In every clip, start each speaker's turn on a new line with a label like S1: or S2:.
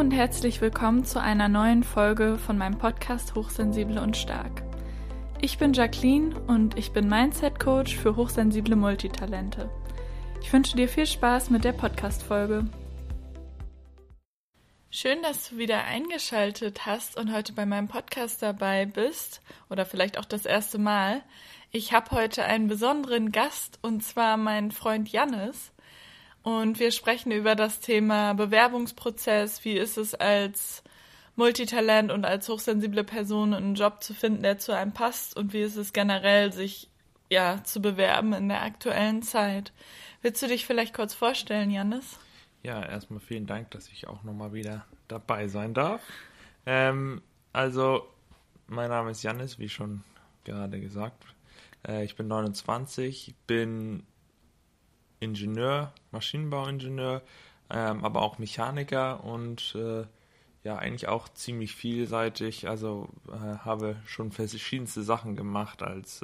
S1: und herzlich willkommen zu einer neuen Folge von meinem Podcast Hochsensibel und Stark. Ich bin Jacqueline und ich bin Mindset-Coach für hochsensible Multitalente. Ich wünsche dir viel Spaß mit der Podcast-Folge. Schön, dass du wieder eingeschaltet hast und heute bei meinem Podcast dabei bist oder vielleicht auch das erste Mal. Ich habe heute einen besonderen Gast und zwar meinen Freund Jannis. Und wir sprechen über das Thema Bewerbungsprozess, wie ist es als Multitalent und als hochsensible Person einen Job zu finden, der zu einem passt und wie ist es generell, sich zu bewerben in der aktuellen Zeit. Willst du dich vielleicht kurz vorstellen, Jannis?
S2: Ja, erstmal vielen Dank, dass ich auch nochmal wieder dabei sein darf. Also, mein Name ist Jannis, wie schon gerade gesagt. Ich bin 29, bin Ingenieur, Maschinenbauingenieur, aber auch Mechaniker und eigentlich auch ziemlich vielseitig. Also habe schon verschiedenste Sachen gemacht, als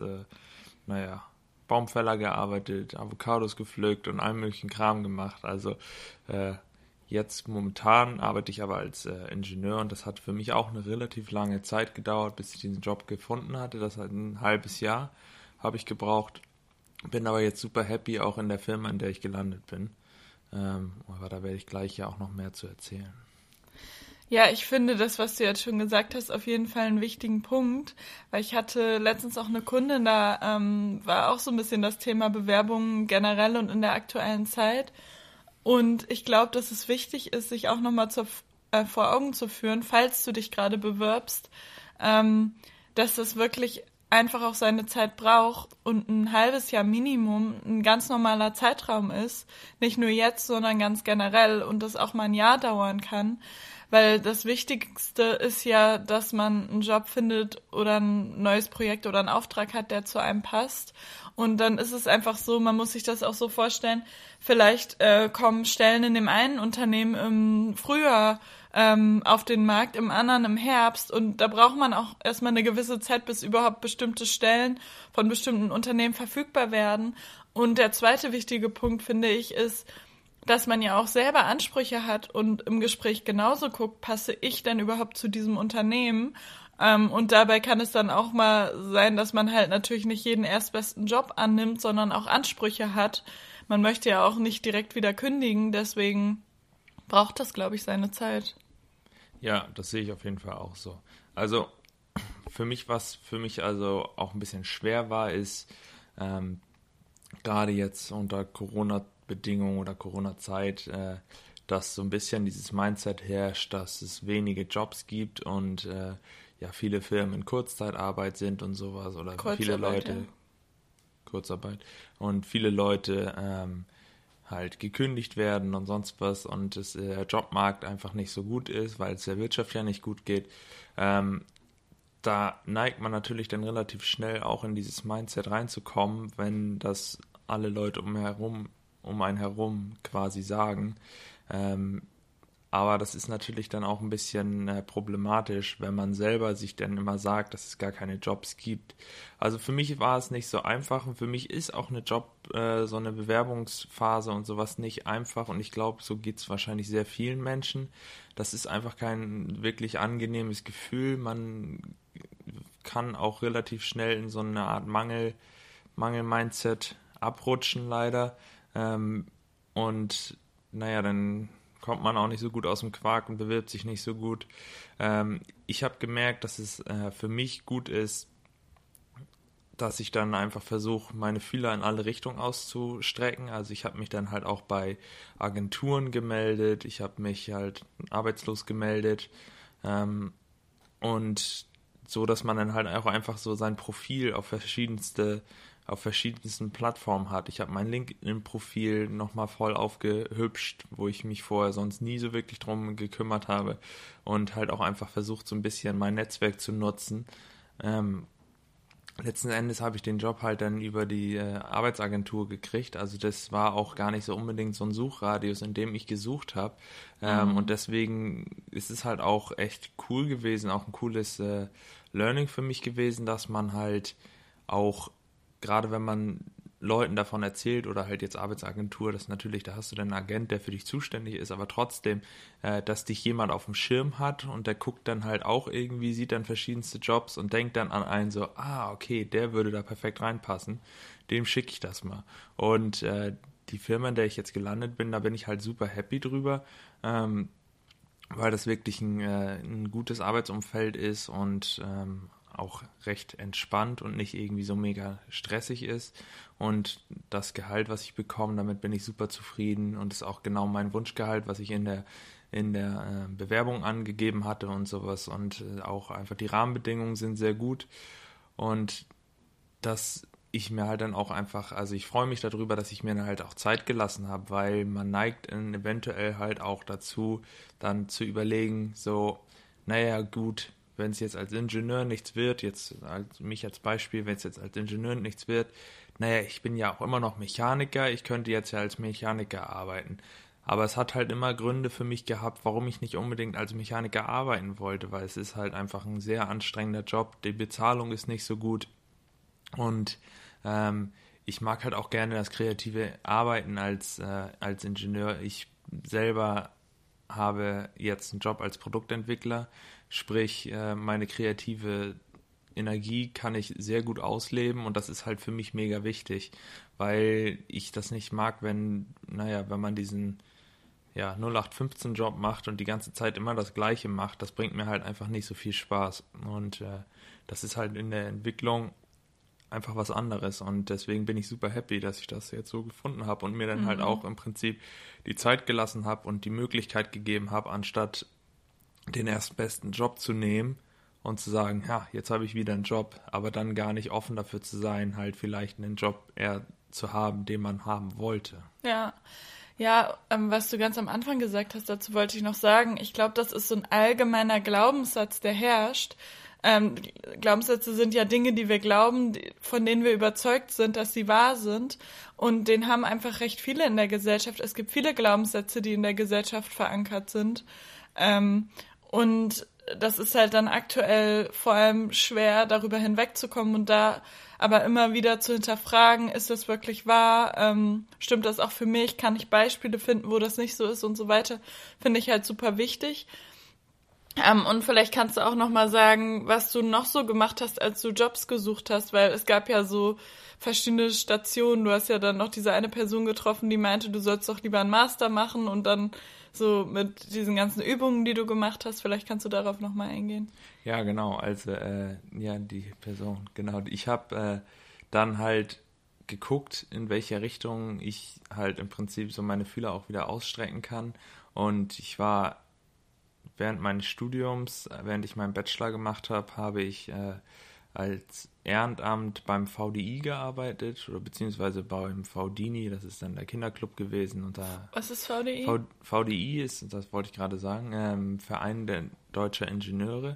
S2: Baumfäller gearbeitet, Avocados gepflückt und allen möglichen Kram gemacht. Also jetzt momentan arbeite ich aber als Ingenieur und das hat für mich auch eine relativ lange Zeit gedauert, bis ich diesen Job gefunden hatte. Das hat ein halbes Jahr habe ich gebraucht. Bin aber jetzt super happy, auch in der Firma, in der ich gelandet bin. Aber da werde ich gleich ja auch noch mehr zu erzählen.
S1: Ja, ich finde das, was du jetzt schon gesagt hast, auf jeden Fall einen wichtigen Punkt, weil ich hatte letztens auch eine Kundin, da war auch so ein bisschen das Thema Bewerbungen generell und in der aktuellen Zeit. Und ich glaube, dass es wichtig ist, sich auch nochmal vor Augen zu führen, falls du dich gerade bewirbst, dass das wirklich einfach auch seine Zeit braucht und ein halbes Jahr Minimum ein ganz normaler Zeitraum ist, nicht nur jetzt, sondern ganz generell und das auch mal ein Jahr dauern kann, weil das Wichtigste ist ja, dass man einen Job findet oder ein neues Projekt oder einen Auftrag hat, der zu einem passt und dann ist es einfach so, man muss sich das auch so vorstellen, vielleicht kommen Stellen in dem einen Unternehmen im Frühjahr auf den Markt, im anderen im Herbst und da braucht man auch erstmal eine gewisse Zeit, bis überhaupt bestimmte Stellen von bestimmten Unternehmen verfügbar werden. Und der zweite wichtige Punkt, finde ich, ist, dass man ja auch selber Ansprüche hat und im Gespräch genauso guckt, passe ich denn überhaupt zu diesem Unternehmen? Und dabei kann es dann auch mal sein, dass man halt natürlich nicht jeden erstbesten Job annimmt, sondern auch Ansprüche hat. Man möchte ja auch nicht direkt wieder kündigen, deswegen braucht das, glaube ich, seine Zeit.
S2: Ja, das sehe ich auf jeden Fall auch so. Also für mich, was für mich also auch ein bisschen schwer war, ist gerade jetzt unter Corona-Bedingungen oder Corona-Zeit, dass so ein bisschen dieses Mindset herrscht, dass es wenige Jobs gibt und viele Firmen in Kurzzeitarbeit sind und sowas oder viele Leute Kurzarbeit und viele Leute halt gekündigt werden und sonst was und der Jobmarkt einfach nicht so gut ist, weil es der Wirtschaft ja nicht gut geht. Da neigt man natürlich dann relativ schnell auch in dieses Mindset reinzukommen, wenn das alle Leute um einen herum quasi sagen. Aber das ist natürlich dann auch ein bisschen problematisch, wenn man selber sich dann immer sagt, dass es gar keine Jobs gibt. Also für mich war es nicht so einfach und für mich ist auch so eine Bewerbungsphase und sowas nicht einfach und ich glaube, so geht es wahrscheinlich sehr vielen Menschen. Das ist einfach kein wirklich angenehmes Gefühl. Man kann auch relativ schnell in so eine Art Mangel-Mindset abrutschen leider. Und dann kommt man auch nicht so gut aus dem Quark und bewirbt sich nicht so gut. Ich habe gemerkt, dass es für mich gut ist, dass ich dann einfach versuche, meine Fühler in alle Richtungen auszustrecken. Also ich habe mich dann halt auch bei Agenturen gemeldet, ich habe mich halt arbeitslos gemeldet und so, dass man dann halt auch einfach so sein Profil auf verschiedensten Plattformen hat. Ich habe mein LinkedIn-Profil nochmal voll aufgehübscht, wo ich mich vorher sonst nie so wirklich drum gekümmert habe und halt auch einfach versucht, so ein bisschen mein Netzwerk zu nutzen. Letzten Endes habe ich den Job halt dann über die Arbeitsagentur gekriegt, also das war auch gar nicht so unbedingt so ein Suchradius, in dem ich gesucht habe und deswegen ist es halt auch echt cool gewesen, auch ein cooles Learning für mich gewesen, dass man halt auch, gerade wenn man Leuten davon erzählt oder halt jetzt Arbeitsagentur, das natürlich, da hast du dann einen Agent, der für dich zuständig ist, aber trotzdem, dass dich jemand auf dem Schirm hat und der guckt dann halt auch irgendwie, sieht dann verschiedenste Jobs und denkt dann an einen so, okay, der würde da perfekt reinpassen, dem schicke ich das mal. Und die Firma, in der ich jetzt gelandet bin, da bin ich halt super happy drüber, weil das wirklich ein gutes Arbeitsumfeld ist und auch recht entspannt und nicht irgendwie so mega stressig ist. Und das Gehalt, was ich bekomme, damit bin ich super zufrieden und ist auch genau mein Wunschgehalt, was ich in der Bewerbung angegeben hatte und sowas. Und auch einfach die Rahmenbedingungen sind sehr gut. Und dass ich mir halt dann auch einfach, also ich freue mich darüber, dass ich mir dann halt auch Zeit gelassen habe, weil man neigt dann eventuell halt auch dazu, dann zu überlegen, so, naja, gut, wenn es jetzt als Ingenieur nichts wird, jetzt mich als Beispiel, wenn es jetzt als Ingenieur nichts wird, naja, ich bin ja auch immer noch Mechaniker, ich könnte jetzt ja als Mechaniker arbeiten. Aber es hat halt immer Gründe für mich gehabt, warum ich nicht unbedingt als Mechaniker arbeiten wollte, weil es ist halt einfach ein sehr anstrengender Job, die Bezahlung ist nicht so gut und ich mag halt auch gerne das kreative Arbeiten als Ingenieur. Ich selber habe jetzt einen Job als Produktentwickler, sprich meine kreative Energie kann ich sehr gut ausleben und das ist halt für mich mega wichtig, weil ich das nicht mag, wenn man diesen 0815-Job macht und die ganze Zeit immer das Gleiche macht, das bringt mir halt einfach nicht so viel Spaß und das ist halt in der Entwicklung einfach was anderes und deswegen bin ich super happy, dass ich das jetzt so gefunden habe und mir dann halt auch im Prinzip die Zeit gelassen habe und die Möglichkeit gegeben habe, anstatt den erstbesten Job zu nehmen und zu sagen, ja, jetzt habe ich wieder einen Job, aber dann gar nicht offen dafür zu sein, halt vielleicht einen Job eher zu haben, den man haben wollte.
S1: Ja, was du ganz am Anfang gesagt hast, dazu wollte ich noch sagen, ich glaube, das ist so ein allgemeiner Glaubenssatz, der herrscht. Glaubenssätze sind ja Dinge, die wir glauben, von denen wir überzeugt sind, dass sie wahr sind. Und den haben einfach recht viele in der Gesellschaft. Es gibt viele Glaubenssätze, die in der Gesellschaft verankert sind. Und das ist halt dann aktuell vor allem schwer, darüber hinwegzukommen und da aber immer wieder zu hinterfragen, ist das wirklich wahr? Stimmt das auch für mich? Kann ich Beispiele finden, wo das nicht so ist und so weiter? Finde ich halt super wichtig. Und vielleicht kannst du auch noch mal sagen, was du noch so gemacht hast, als du Jobs gesucht hast, weil es gab ja so verschiedene Stationen. Du hast ja dann noch diese eine Person getroffen, die meinte, du sollst doch lieber einen Master machen und dann so mit diesen ganzen Übungen, die du gemacht hast. Vielleicht kannst du darauf noch mal eingehen.
S2: Ja, genau. Also, die Person, genau. Ich habe dann halt geguckt, in welche Richtung ich halt im Prinzip so meine Fühler auch wieder ausstrecken kann. Und ich war während meines Studiums, während ich meinen Bachelor gemacht habe, habe ich als Ehrenamt beim VDI gearbeitet oder beziehungsweise beim VDINI, das ist dann der Kinderclub gewesen. Und da
S1: Was ist VDI?
S2: VDI ist, das wollte ich gerade sagen, Verein der Deutscher Ingenieure,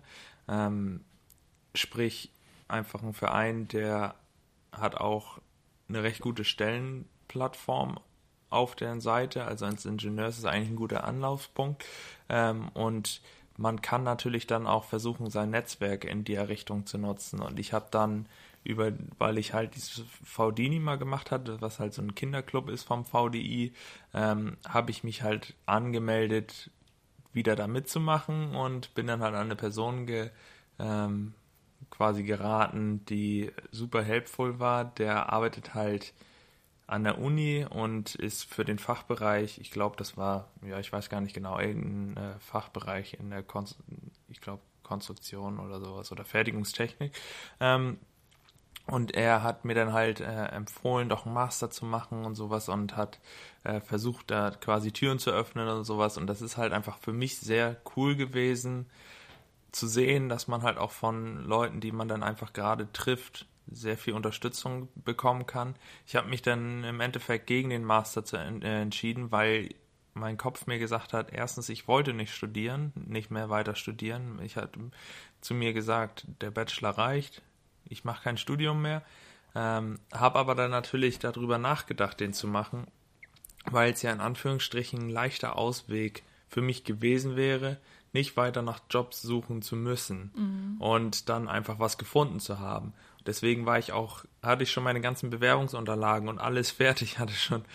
S2: sprich einfach ein Verein, der hat auch eine recht gute Stellenplattform auf der Seite, also als Ingenieur ist es eigentlich ein guter Anlaufpunkt und man kann natürlich dann auch versuchen, sein Netzwerk in die Richtung zu nutzen und ich habe dann weil ich halt dieses VDINI mal gemacht hatte, was halt so ein Kinderclub ist vom VDI, habe ich mich halt angemeldet, wieder da mitzumachen und bin dann halt an eine Person quasi geraten, die super helpful war, der arbeitet halt an der Uni und ist für den Fachbereich, ich glaube, das war, ich weiß gar nicht genau, irgendein Fachbereich in der Konstruktion oder sowas oder Fertigungstechnik. Und er hat mir dann halt empfohlen, doch einen Master zu machen und sowas und hat versucht, da quasi Türen zu öffnen und sowas. Und das ist halt einfach für mich sehr cool gewesen, zu sehen, dass man halt auch von Leuten, die man dann einfach gerade trifft, sehr viel Unterstützung bekommen kann. Ich habe mich dann im Endeffekt gegen den Master entschieden, weil mein Kopf mir gesagt hat, erstens, ich wollte nicht studieren, nicht mehr weiter studieren. Ich hatte zu mir gesagt, der Bachelor reicht, ich mache kein Studium mehr. Habe aber dann natürlich darüber nachgedacht, den zu machen, weil es ja in Anführungsstrichen ein leichter Ausweg für mich gewesen wäre, nicht weiter nach Jobs suchen zu müssen und dann einfach was gefunden zu haben. deswegen hatte ich schon meine ganzen Bewerbungsunterlagen und alles fertig, hatte schon,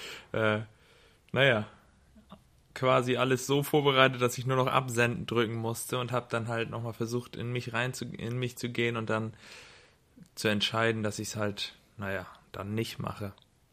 S2: quasi alles so vorbereitet, dass ich nur noch absenden drücken musste und habe dann halt nochmal versucht, in mich zu gehen und dann zu entscheiden, dass ich es halt, dann nicht mache.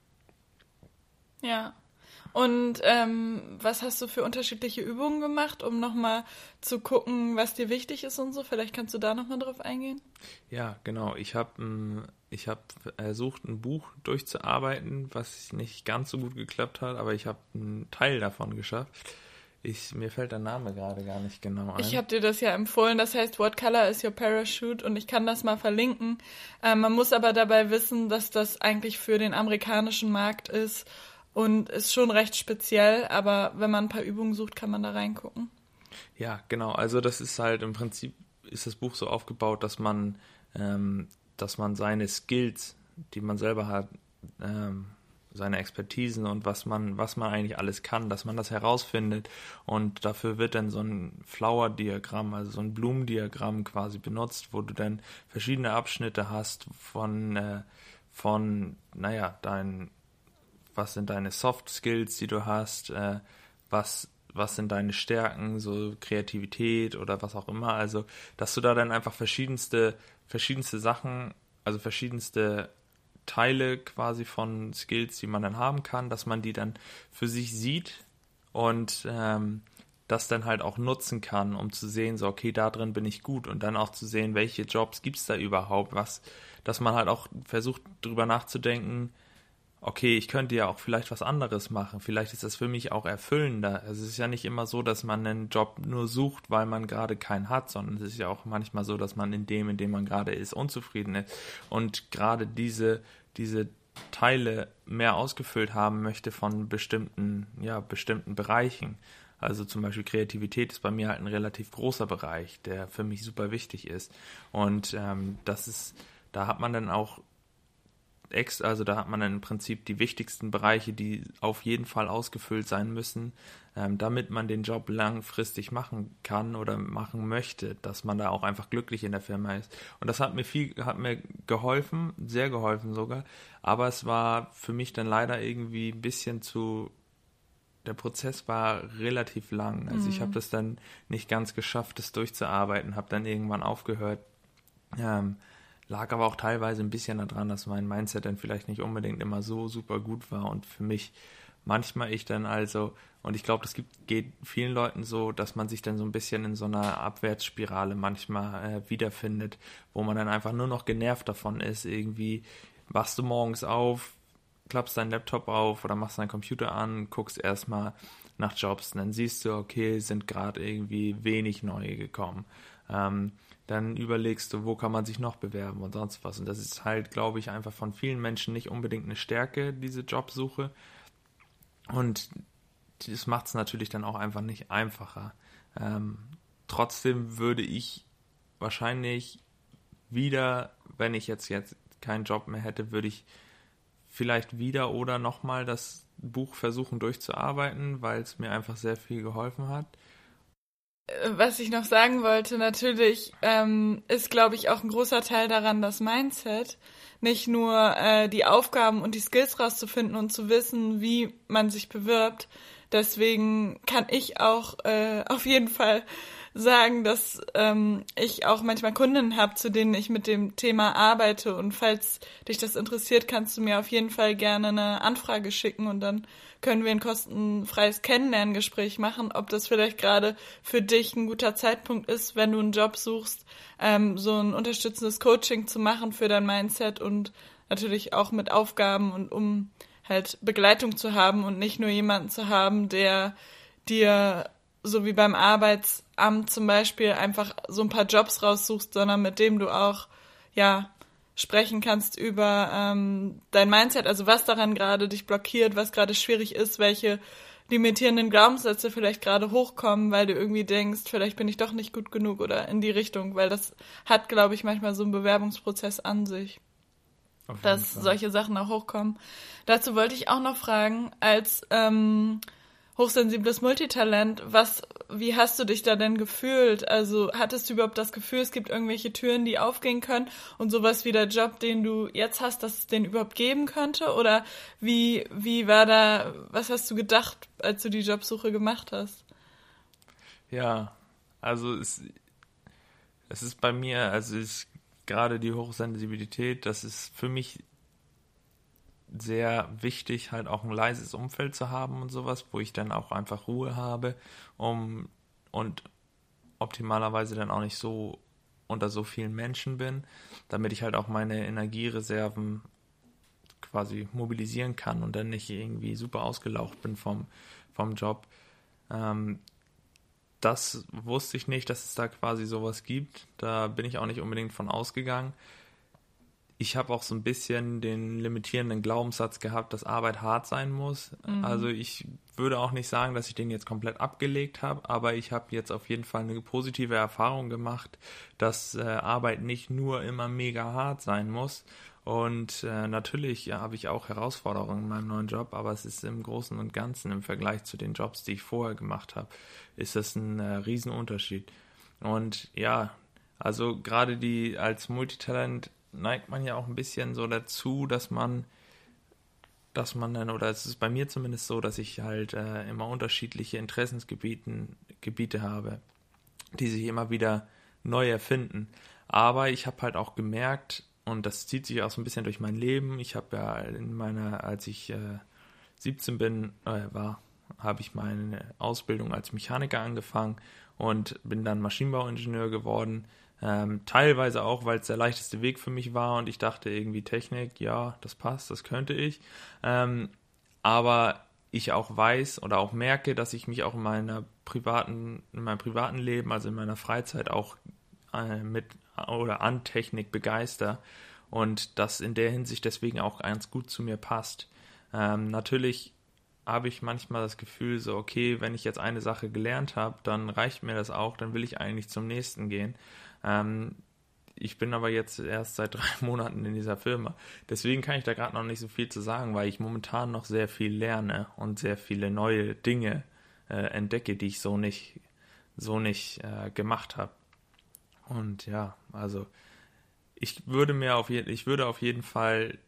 S1: Ja. Und was hast du für unterschiedliche Übungen gemacht, um nochmal zu gucken, was dir wichtig ist und so? Vielleicht kannst du da nochmal drauf eingehen?
S2: Ja, genau. Ich hab versucht, ein Buch durchzuarbeiten, was nicht ganz so gut geklappt hat, aber ich habe einen Teil davon geschafft. Mir fällt der Name gerade gar nicht genau ein.
S1: Ich habe dir das ja empfohlen, das heißt What Color is Your Parachute und ich kann das mal verlinken. Man muss aber dabei wissen, dass das eigentlich für den amerikanischen Markt ist und ist schon recht speziell, aber wenn man ein paar Übungen sucht, kann man da reingucken.
S2: Ja, genau. Also das ist halt im Prinzip, ist das Buch so aufgebaut, dass man seine Skills, die man selber hat, seine Expertisen und was man eigentlich alles kann, dass man das herausfindet, und dafür wird dann so ein Flower-Diagramm, also so ein Blumendiagramm quasi benutzt, wo du dann verschiedene Abschnitte hast was sind deine Soft Skills, die du hast, was sind deine Stärken, so Kreativität oder was auch immer, also dass du da dann einfach verschiedenste Sachen, also verschiedenste Teile quasi von Skills, die man dann haben kann, dass man die dann für sich sieht und das dann halt auch nutzen kann, um zu sehen, so okay, da drin bin ich gut, und dann auch zu sehen, welche Jobs gibt es da überhaupt, dass man halt auch versucht, drüber nachzudenken, okay, ich könnte ja auch vielleicht was anderes machen, vielleicht ist das für mich auch erfüllender. Also es ist ja nicht immer so, dass man einen Job nur sucht, weil man gerade keinen hat, sondern es ist ja auch manchmal so, dass man in dem man gerade ist, unzufrieden ist und gerade diese Teile mehr ausgefüllt haben möchte von bestimmten Bereichen. Also zum Beispiel Kreativität ist bei mir halt ein relativ großer Bereich, der für mich super wichtig ist. Und da hat man dann auch da hat man dann im Prinzip die wichtigsten Bereiche, die auf jeden Fall ausgefüllt sein müssen, damit man den Job langfristig machen kann oder machen möchte, dass man da auch einfach glücklich in der Firma ist. Und das hat mir geholfen, sehr geholfen sogar, aber es war für mich dann leider irgendwie ein bisschen der Prozess war relativ lang. Also ich habe das dann nicht ganz geschafft, das durchzuarbeiten, habe dann irgendwann aufgehört. Lag aber auch teilweise ein bisschen daran, dass mein Mindset dann vielleicht nicht unbedingt immer so super gut war und für mich manchmal und ich glaube, geht vielen Leuten so, dass man sich dann so ein bisschen in so einer Abwärtsspirale manchmal wiederfindet, wo man dann einfach nur noch genervt davon ist, irgendwie wachst du morgens auf, klappst deinen Laptop auf oder machst deinen Computer an, guckst erstmal nach Jobs und dann siehst du, okay, sind gerade irgendwie wenig neue gekommen. Dann überlegst du, wo kann man sich noch bewerben und sonst was. Und das ist halt, glaube ich, einfach von vielen Menschen nicht unbedingt eine Stärke, diese Jobsuche. Und das macht es natürlich dann auch einfach nicht einfacher. Trotzdem würde ich wahrscheinlich wieder, wenn ich jetzt keinen Job mehr hätte, würde ich vielleicht wieder oder nochmal das Buch versuchen durchzuarbeiten, weil es mir einfach sehr viel geholfen hat.
S1: Was ich noch sagen wollte, natürlich ist, glaube ich, auch ein großer Teil daran das Mindset. Nicht nur die Aufgaben und die Skills rauszufinden und zu wissen, wie man sich bewirbt. Deswegen kann ich auch auf jeden Fall sagen, dass ich auch manchmal Kunden habe, zu denen ich mit dem Thema arbeite. Und falls dich das interessiert, kannst du mir auf jeden Fall gerne eine Anfrage schicken und dann können wir ein kostenfreies Kennenlerngespräch machen, ob das vielleicht gerade für dich ein guter Zeitpunkt ist, wenn du einen Job suchst, so ein unterstützendes Coaching zu machen für dein Mindset und natürlich auch mit Aufgaben und um halt Begleitung zu haben und nicht nur jemanden zu haben, der dir, so wie beim Arbeitsamt zum Beispiel, einfach so ein paar Jobs raussuchst, sondern mit dem du auch, sprechen kannst über dein Mindset, also was daran gerade dich blockiert, was gerade schwierig ist, welche limitierenden Glaubenssätze vielleicht gerade hochkommen, weil du irgendwie denkst, vielleicht bin ich doch nicht gut genug oder in die Richtung, weil das hat, glaube ich, manchmal so einen Bewerbungsprozess an sich, dass solche Sachen auch hochkommen. Dazu wollte ich auch noch fragen, als hochsensibles Multitalent. Wie hast du dich da denn gefühlt? Also hattest du überhaupt das Gefühl, es gibt irgendwelche Türen, die aufgehen können und sowas wie der Job, den du jetzt hast, dass es den überhaupt geben könnte? Oder wie war da, was hast du gedacht, als du die Jobsuche gemacht hast?
S2: Ja, also es ist bei mir, gerade die Hochsensibilität, das ist für mich sehr wichtig, halt auch ein leises Umfeld zu haben und sowas, wo ich dann auch einfach Ruhe habe, und optimalerweise dann auch nicht so unter so vielen Menschen bin, damit ich halt auch meine Energiereserven quasi mobilisieren kann und dann nicht irgendwie super ausgelaugt bin vom Job. Das wusste ich nicht, dass es da quasi sowas gibt. Da bin ich auch nicht unbedingt von ausgegangen. Ich habe auch so ein bisschen den limitierenden Glaubenssatz gehabt, dass Arbeit hart sein muss. Mhm. Also ich würde auch nicht sagen, dass ich den jetzt komplett abgelegt habe, aber ich habe jetzt auf jeden Fall eine positive Erfahrung gemacht, dass Arbeit nicht nur immer mega hart sein muss. Und natürlich habe ich auch Herausforderungen in meinem neuen Job, aber es ist im Großen und Ganzen im Vergleich zu den Jobs, die ich vorher gemacht habe, ist das ein Riesenunterschied. Und ja, also gerade als Multitalent neigt man ja auch ein bisschen so dazu, dass man dann, oder es ist bei mir zumindest so, dass ich halt immer unterschiedliche Gebiete habe, die sich immer wieder neu erfinden. Aber ich habe halt auch gemerkt, und das zieht sich auch so ein bisschen durch mein Leben, ich habe ja als ich 17 war, habe ich meine Ausbildung als Mechaniker angefangen und bin dann Maschinenbauingenieur geworden. Teilweise auch, weil es der leichteste Weg für mich war und ich dachte irgendwie Technik, ja, das passt, das könnte ich. Aber ich auch weiß oder auch merke, dass ich mich auch in meinem privaten Leben, also in meiner Freizeit auch mit oder an Technik begeister und das in der Hinsicht deswegen auch ganz gut zu mir passt. Natürlich habe ich manchmal das Gefühl, so okay, wenn ich jetzt eine Sache gelernt habe, dann reicht mir das auch, dann will ich eigentlich zum nächsten gehen. Ich bin aber jetzt erst seit 3 Monaten in dieser Firma. Deswegen kann ich da gerade noch nicht so viel zu sagen, weil ich momentan noch sehr viel lerne und sehr viele neue Dinge entdecke, die ich so nicht gemacht habe. Und ja, also ich würde auf jeden Fall,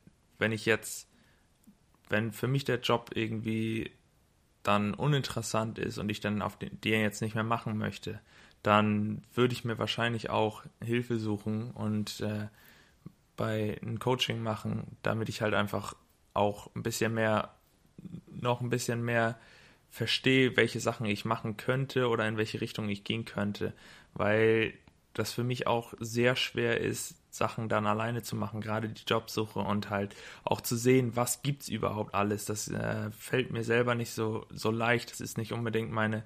S2: wenn für mich der Job irgendwie dann uninteressant ist und ich dann den jetzt nicht mehr machen möchte, dann würde ich mir wahrscheinlich auch Hilfe suchen und bei einem Coaching machen, damit ich halt einfach auch noch ein bisschen mehr verstehe, welche Sachen ich machen könnte oder in welche Richtung ich gehen könnte, weil das für mich auch sehr schwer ist, Sachen dann alleine zu machen, gerade die Jobsuche und halt auch zu sehen, was gibt's überhaupt alles. Das fällt mir selber nicht so leicht. Das ist nicht unbedingt meine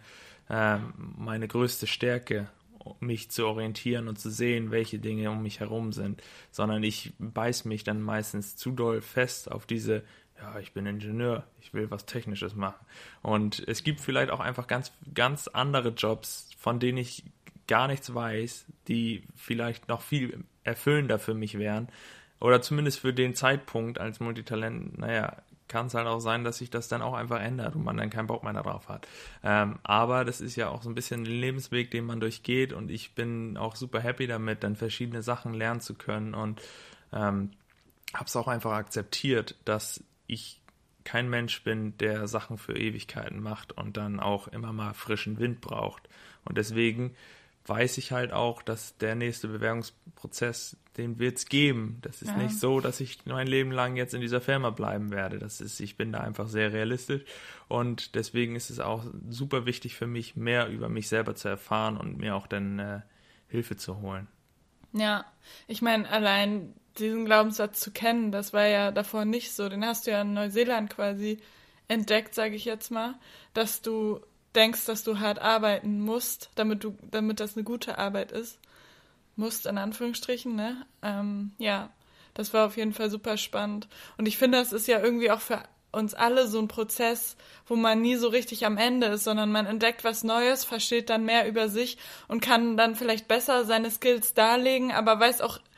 S2: größte Stärke, mich zu orientieren und zu sehen, welche Dinge um mich herum sind, sondern ich beiß mich dann meistens zu doll fest auf diese, ja, ich bin Ingenieur, ich will was Technisches machen. Und es gibt vielleicht auch einfach ganz, ganz andere Jobs, von denen ich gar nichts weiß, die vielleicht noch viel erfüllender für mich wären. Oder zumindest für den Zeitpunkt als Multitalent, kann es halt auch sein, dass sich das dann auch einfach ändert und man dann keinen Bock mehr darauf hat. Aber das ist ja auch so ein bisschen ein Lebensweg, den man durchgeht und ich bin auch super happy damit, dann verschiedene Sachen lernen zu können und habe es auch einfach akzeptiert, dass ich kein Mensch bin, der Sachen für Ewigkeiten macht und dann auch immer mal frischen Wind braucht. Und deswegen weiß ich halt auch, dass der nächste Bewerbungsprozess, den wird es geben. Das ist nicht so, dass ich mein Leben lang jetzt in dieser Firma bleiben werde. Ich bin da einfach sehr realistisch und deswegen ist es auch super wichtig für mich, mehr über mich selber zu erfahren und mir auch dann Hilfe zu holen.
S1: Ja, ich meine, allein diesen Glaubenssatz zu kennen, das war ja davor nicht so. Den hast du ja in Neuseeland quasi entdeckt, sage ich jetzt mal, dass du denkst, dass du hart arbeiten musst, damit das eine gute Arbeit ist. Musst, in Anführungsstrichen, ne? Ja, das war auf jeden Fall super spannend. Und ich finde, das ist ja irgendwie auch für uns alle so ein Prozess, wo man nie so richtig am Ende ist, sondern man entdeckt was Neues, versteht dann mehr über sich und kann dann vielleicht besser seine Skills darlegen, aber weiß auch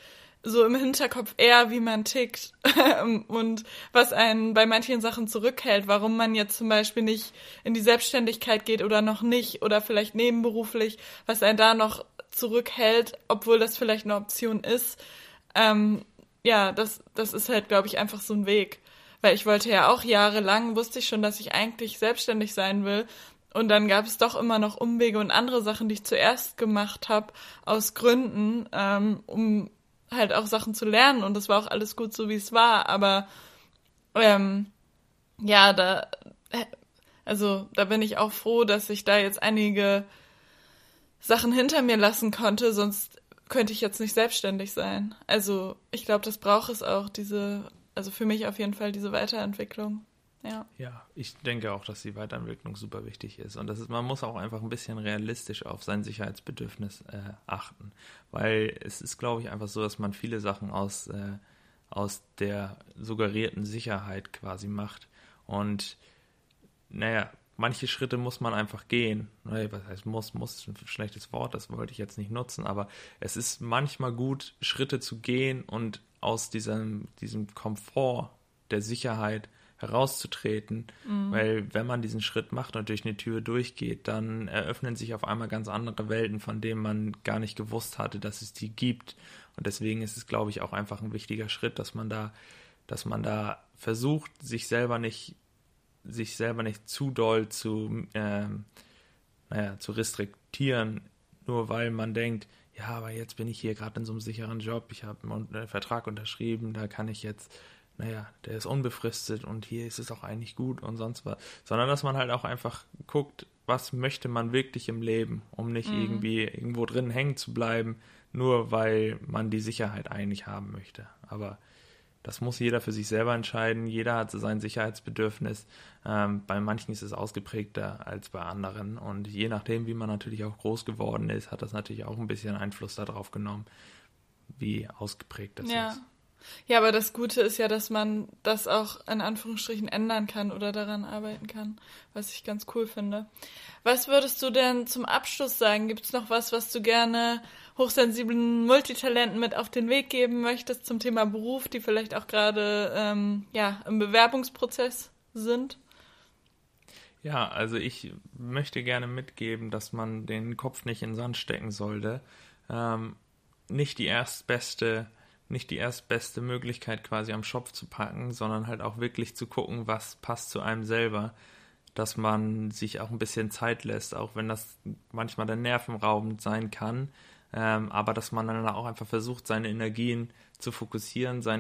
S1: so im Hinterkopf eher, wie man tickt und was einen bei manchen Sachen zurückhält, warum man jetzt zum Beispiel nicht in die Selbstständigkeit geht oder noch nicht oder vielleicht nebenberuflich, was einen da noch zurückhält, obwohl das vielleicht eine Option ist. Das ist halt, glaube ich, einfach so ein Weg. Weil ich wollte ja auch jahrelang, wusste ich schon, dass ich eigentlich selbstständig sein will. Und dann gab es doch immer noch Umwege und andere Sachen, die ich zuerst gemacht habe, aus Gründen, um halt auch Sachen zu lernen. Und das war auch alles gut, so wie es war. Aber da bin ich auch froh, dass ich da jetzt einige Sachen hinter mir lassen konnte, sonst könnte ich jetzt nicht selbstständig sein. Also ich glaube, das braucht es auch, also für mich auf jeden Fall diese Weiterentwicklung.
S2: Ja, ich denke auch, dass die Weiterentwicklung super wichtig ist. Und man muss auch einfach ein bisschen realistisch auf sein Sicherheitsbedürfnis achten. Weil es ist, glaube ich, einfach so, dass man viele Sachen aus der suggerierten Sicherheit quasi macht. Und manche Schritte muss man einfach gehen. Was heißt muss ist ein schlechtes Wort, das wollte ich jetzt nicht nutzen, aber es ist manchmal gut, Schritte zu gehen und aus diesem Komfort der Sicherheit herauszutreten, weil wenn man diesen Schritt macht und durch eine Tür durchgeht, dann eröffnen sich auf einmal ganz andere Welten, von denen man gar nicht gewusst hatte, dass es die gibt. Und deswegen ist es, glaube ich, auch einfach ein wichtiger Schritt, dass man da versucht, sich selber nicht zu doll zu restriktieren, nur weil man denkt, ja, aber jetzt bin ich hier gerade in so einem sicheren Job, ich habe einen Vertrag unterschrieben, da kann ich jetzt, der ist unbefristet und hier ist es auch eigentlich gut und sonst was, sondern dass man halt auch einfach guckt, was möchte man wirklich im Leben, um nicht irgendwie irgendwo drin hängen zu bleiben, nur weil man die Sicherheit eigentlich haben möchte. Aber das muss jeder für sich selber entscheiden. Jeder hat so sein Sicherheitsbedürfnis. Bei manchen ist es ausgeprägter als bei anderen. Und je nachdem, wie man natürlich auch groß geworden ist, hat das natürlich auch ein bisschen Einfluss darauf genommen, wie ausgeprägt das ist.
S1: Ja, aber das Gute ist ja, dass man das auch in Anführungsstrichen ändern kann oder daran arbeiten kann, was ich ganz cool finde. Was würdest du denn zum Abschluss sagen? Gibt es noch was du gerne hochsensiblen Multitalenten mit auf den Weg geben möchtest zum Thema Beruf, die vielleicht auch gerade im Bewerbungsprozess sind?
S2: Ja, also ich möchte gerne mitgeben, dass man den Kopf nicht in den Sand stecken sollte. Nicht die erstbeste Möglichkeit quasi am Schopf zu packen, sondern halt auch wirklich zu gucken, was passt zu einem selber, dass man sich auch ein bisschen Zeit lässt, auch wenn das manchmal dann nervenraubend sein kann, aber dass man dann auch einfach versucht, seine Energien zu fokussieren, sein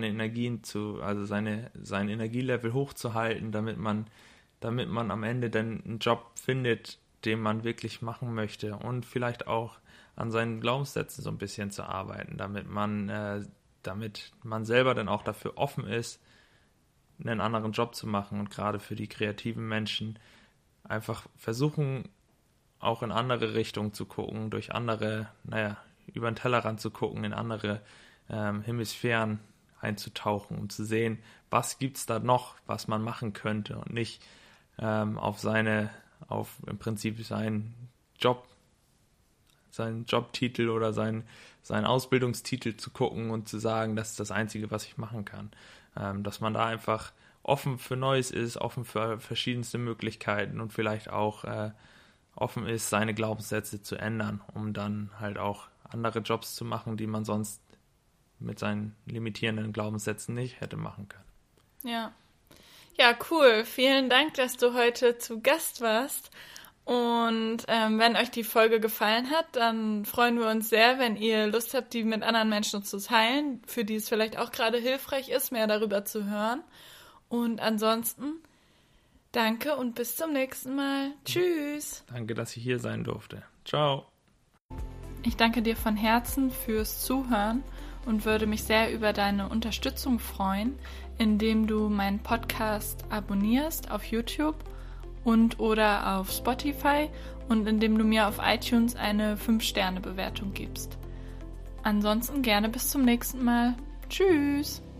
S2: Energielevel hochzuhalten, damit man am Ende dann einen Job findet, den man wirklich machen möchte und vielleicht auch an seinen Glaubenssätzen so ein bisschen zu arbeiten, damit man selber dann auch dafür offen ist, einen anderen Job zu machen und gerade für die kreativen Menschen einfach versuchen, auch in andere Richtungen zu gucken, über den Tellerrand zu gucken, in andere Hemisphären einzutauchen, um zu sehen, was gibt's da noch, was man machen könnte und nicht auf im Prinzip seinen Jobtitel oder seinen Ausbildungstitel zu gucken und zu sagen, das ist das Einzige, was ich machen kann. Dass man da einfach offen für Neues ist, offen für verschiedenste Möglichkeiten und vielleicht auch offen ist, seine Glaubenssätze zu ändern, um dann halt auch andere Jobs zu machen, die man sonst mit seinen limitierenden Glaubenssätzen nicht hätte machen können.
S1: Ja, cool. Vielen Dank, dass du heute zu Gast warst. Und wenn euch die Folge gefallen hat, dann freuen wir uns sehr, wenn ihr Lust habt, die mit anderen Menschen zu teilen, für die es vielleicht auch gerade hilfreich ist, mehr darüber zu hören. Und ansonsten danke und bis zum nächsten Mal. Tschüss.
S2: Danke, dass ich hier sein durfte. Ciao.
S1: Ich danke dir von Herzen fürs Zuhören und würde mich sehr über deine Unterstützung freuen, indem du meinen Podcast abonnierst auf YouTube und oder auf Spotify und indem du mir auf iTunes eine 5-Sterne-Bewertung gibst. Ansonsten gerne bis zum nächsten Mal. Tschüss!